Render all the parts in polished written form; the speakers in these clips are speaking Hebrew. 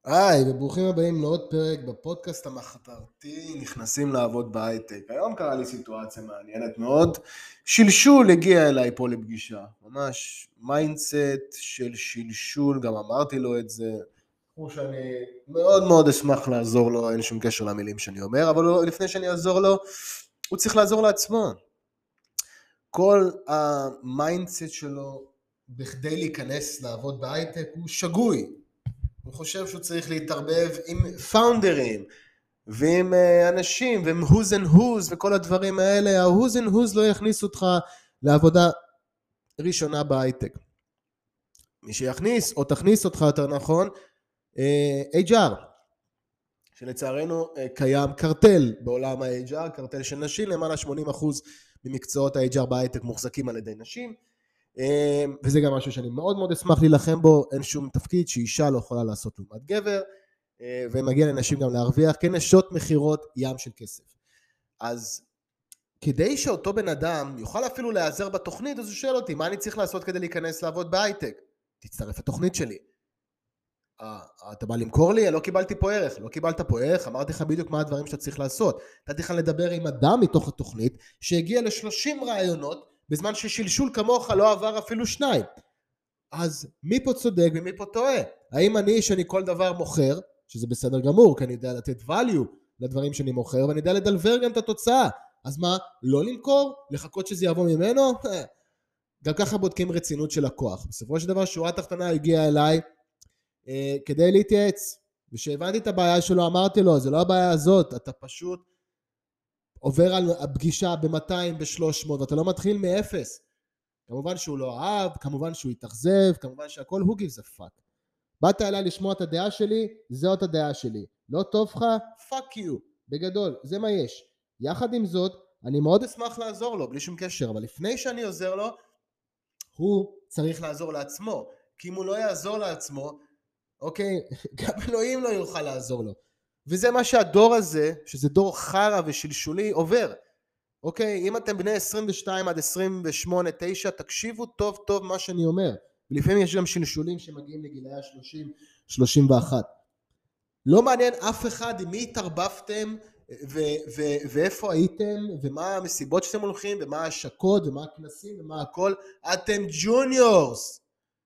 היי, וברוכים הבאים לעוד פרק בפודקאסט המחתרתי נכנסים לעבוד בהייטק. היום קרה לי סיטואציה מעניינת מאוד. שלשול הגיע אליי פה לפגישה. ממש מיינדסט של שלשול, גם אמרתי לו את זה. כמו שאני מאוד מאוד אשמח לעזור לו, אין שום קשר למילים שאני אומר, אבל לפני שאני אעזור לו, הוא צריך לעזור לעצמו. כל המיינדסט שלו בכדי להיכנס לעבוד בהייטק הוא שגוי. הוא חושב שהוא צריך להתערבב עם פאונדרים ועם אנשים ועם who's and who's וכל הדברים האלה. ה-who's and who's לא יכניס אותך לעבודה ראשונה בהייטק. מי שיכניס או תכניס אותך יותר נכון, HR, שלצערנו קיים קרטל בעולם ה-HR, קרטל של נשים, למעלה 80% ממקצועות ה-HR בהייטק מוחזקים על ידי נשים, וזה גם משהו שאני מאוד מאוד אשמח להילחם בו. אין שום תפקיד שאישה לא יכולה לעשות לעומת גבר, ומגיע לנשים גם להרוויח כנשות מחירות ים של כסף. אז כדי שאותו בן אדם יוכל אפילו להיעזר בתוכנית, אז הוא שואל אותי, מה אני צריך לעשות כדי להיכנס לעבוד בהייטק? תצטרף לתוכנית שלי. אתה בא למכור לי? לא קיבלתי פה ערך. לא קיבלת פה ערך, אמרתי לך בדיוק מה הדברים שאתה צריך לעשות. אתה צריך לדבר עם אדם מתוך התוכנית שהגיע ל30 רעיונות, בזמן ששלשול כמוך לא עבר אפילו 2. אז מי פה צודק ומי פה טועה? האם אני שאני כל דבר מוכר, שזה בסדר גמור, כי אני יודע לתת value לדברים שאני מוכר, ואני יודע לדלבר גם את התוצאה. אז מה, לא למכור? לחכות שזה יבוא ממנו? גם ככה בודקים רצינות של לקוח. בסופו של דבר שורה תחתונה הגיעה אליי כדי להתייעץ, ושהבנתי את הבעיה שלו, אמרתי לו, זה לא הבעיה הזאת, אתה פשוט עובר על הפגישה ב-200, ב-300, ואתה לא מתחיל מאפס. כמובן שהוא לא אהב, כמובן שהוא יתאכזב, כמובן שהכל הוא gives a fuck. באת אליי לשמוע את הדעה שלי, זאת הדעה שלי. לא טוב לך? fuck you. בגדול, זה מה יש. יחד עם זאת, אני מאוד אשמח לעזור לו, בלי שום קשר, אבל לפני שאני עוזר לו, הוא צריך לעזור לעצמו. כי אם הוא לא יעזור לעצמו, אוקיי, גם אלוהים לא יוכל לעזור לו. וזה מה שהדור הזה, שזה דור חרה ושלשולי, עובר. אוקיי, אם אתם בני 22 עד 28, 9, תקשיבו טוב טוב מה שאני אומר. ולפעמים יש גם שלשולים שמגיעים לגילאי 30, 31. לא מעניין אף אחד עם מי התערבבתם, ואיפה הייתם, ומה המסיבות שאתם הולכים, ומה ההשקות, ומה הכנסים, ומה הכל. אתם ג'וניורס.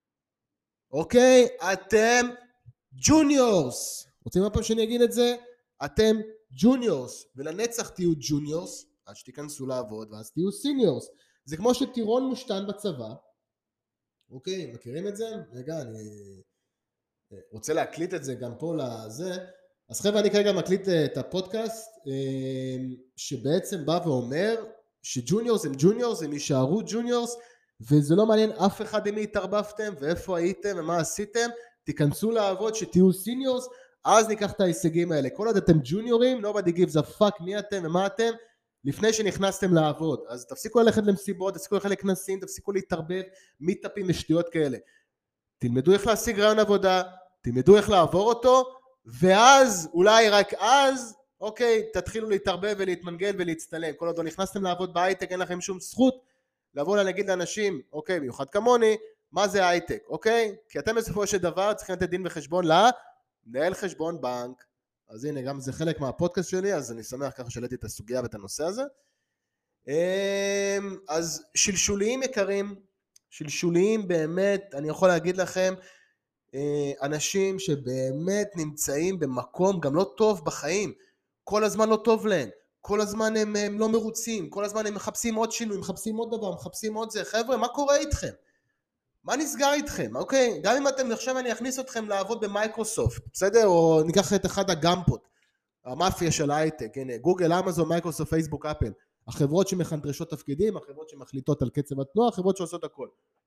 אוקיי? אתם ג'וניורס. רוצים מה פעם שאני אגיד את זה? אתם ג'וניורס. ולנצח תהיו ג'וניורס, עד שתיכנסו לעבוד, ואז תהיו סיניורס. זה כמו שטירון מושתן בצבא. אוקיי, מכירים את זה? רגע, אני רוצה להקליט את זה גם פה לזה. אז חבר'ה, אני כרגע מקליט את הפודקאסט, שבעצם בא ואומר שג'וניורס הם ג'וניורס, הם יישארו ג'וניורס, וזה לא מעניין אף אחד עם מי התערבבתם, ואיפה הייתם, ומה עשיתם. תיכנסו לעבוד, שתהיו סיניורס, אז ניקח את ההישגים האלה. כל עוד אתם ג'וניורים, nobody gives a fuck מי אתם ומה אתם, לפני שנכנסתם לעבוד. אז תפסיקו ללכת למסיבות, תפסיקו ללכת לכנסים, תפסיקו להתערבב, מיטאפים ושטויות כאלה. תלמדו איך להשיג רעיון עבודה, תלמדו איך לעבור אותו, ואז, אולי רק אז, אוקיי, תתחילו להתערבב ולהתמנגל ולהצטלם. כל עוד לא נכנסתם לעבוד בהייטק, אין לכם שום זכות לבוא להגיד לאנשים, אוקיי, מיוחד כמוני, מה זה הייטק, אוקיי? כי אתם בסופו של דבר צריכים לתת דין וחשבון למנהל חשבון בנק. אז הנה, גם זה חלק מהפודקאסט שלי, אז אני שמח ככה שלטתי את הסוגיה ואת הנושא הזה. אז שלשוליים יקרים, שלשוליים באמת, אני יכול להגיד לכם, אנשים שבאמת נמצאים במקום גם לא טוב בחיים, כל הזמן לא טוב להם, כל הזמן הם לא מרוצים, כל הזמן הם מחפשים עוד שינוי, מחפשים עוד דבר, מחפשים עוד זה. חבר'ה, מה קורה איתכם? מה נסגר איתכם? אוקיי, גם אם אתם עכשיו אני אכניס אתכם לעבוד במייקרוסופט, בסדר? או ניקח את אחד הגמפות, המאפיה של ההייטק, הנה, גוגל, אמזון, מייקרוסופט, פייסבוק, אפל, החברות שמחנדרשות תפקידים, החברות שמחליטות על קצב התנועה, החברות שעושות הכל.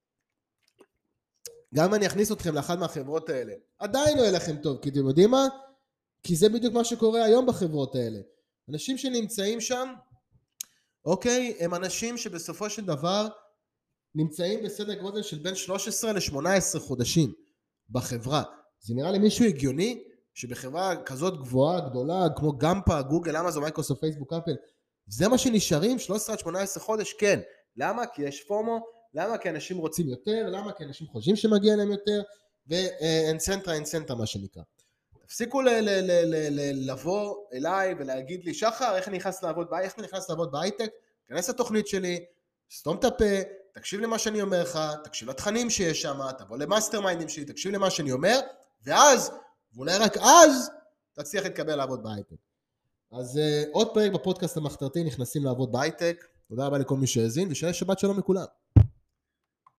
גם אם אני אכניס אתכם לאחת מהחברות האלה, עדיין לא יהיה לכם טוב, כי אתם יודעים מה? כי זה בדיוק מה שקורה היום בחברות האלה. אנשים שנמצאים שם, אוקיי, הם אנשים שבסופו של דבר נמצאים בסדר גודל של בין 13 ל-18 חודשים בחברה. זה נראה לי מישהו הגיוני שבחברה כזאת גבוהה, גדולה, כמו גמפה, גוגל, אמזון, מייקרוסופט, פייסבוק, אפל, זה מה שנשארים 13 עד 18 חודש? כן. למה? כי יש פומו. למה? כי אנשים רוצים יותר. למה? כי אנשים חושבים שמגיע להם יותר. ואינסנטרה, מה שנקרא. תפסיקו לבוא אליי ולהגיד לי, שחר, איך אני נכנס לעבוד בהייטק? כנס לתוכנית שלי, סתום את הפה, תקשיב למה שאני אומר לך, תקשיב לתכנים שיש שם, תבוא למאסטר מיינדים שלי, תקשיב למה שאני אומר, ואז, ואולי רק אז, תצליח להתקבל לעבוד בהייטק. אז עוד פרק בפודקאסט המחתרתי, נכנסים לעבוד בהייטק. תודה רבה לכל מי שהאזין, ושיהיה שבת שלום לכולם.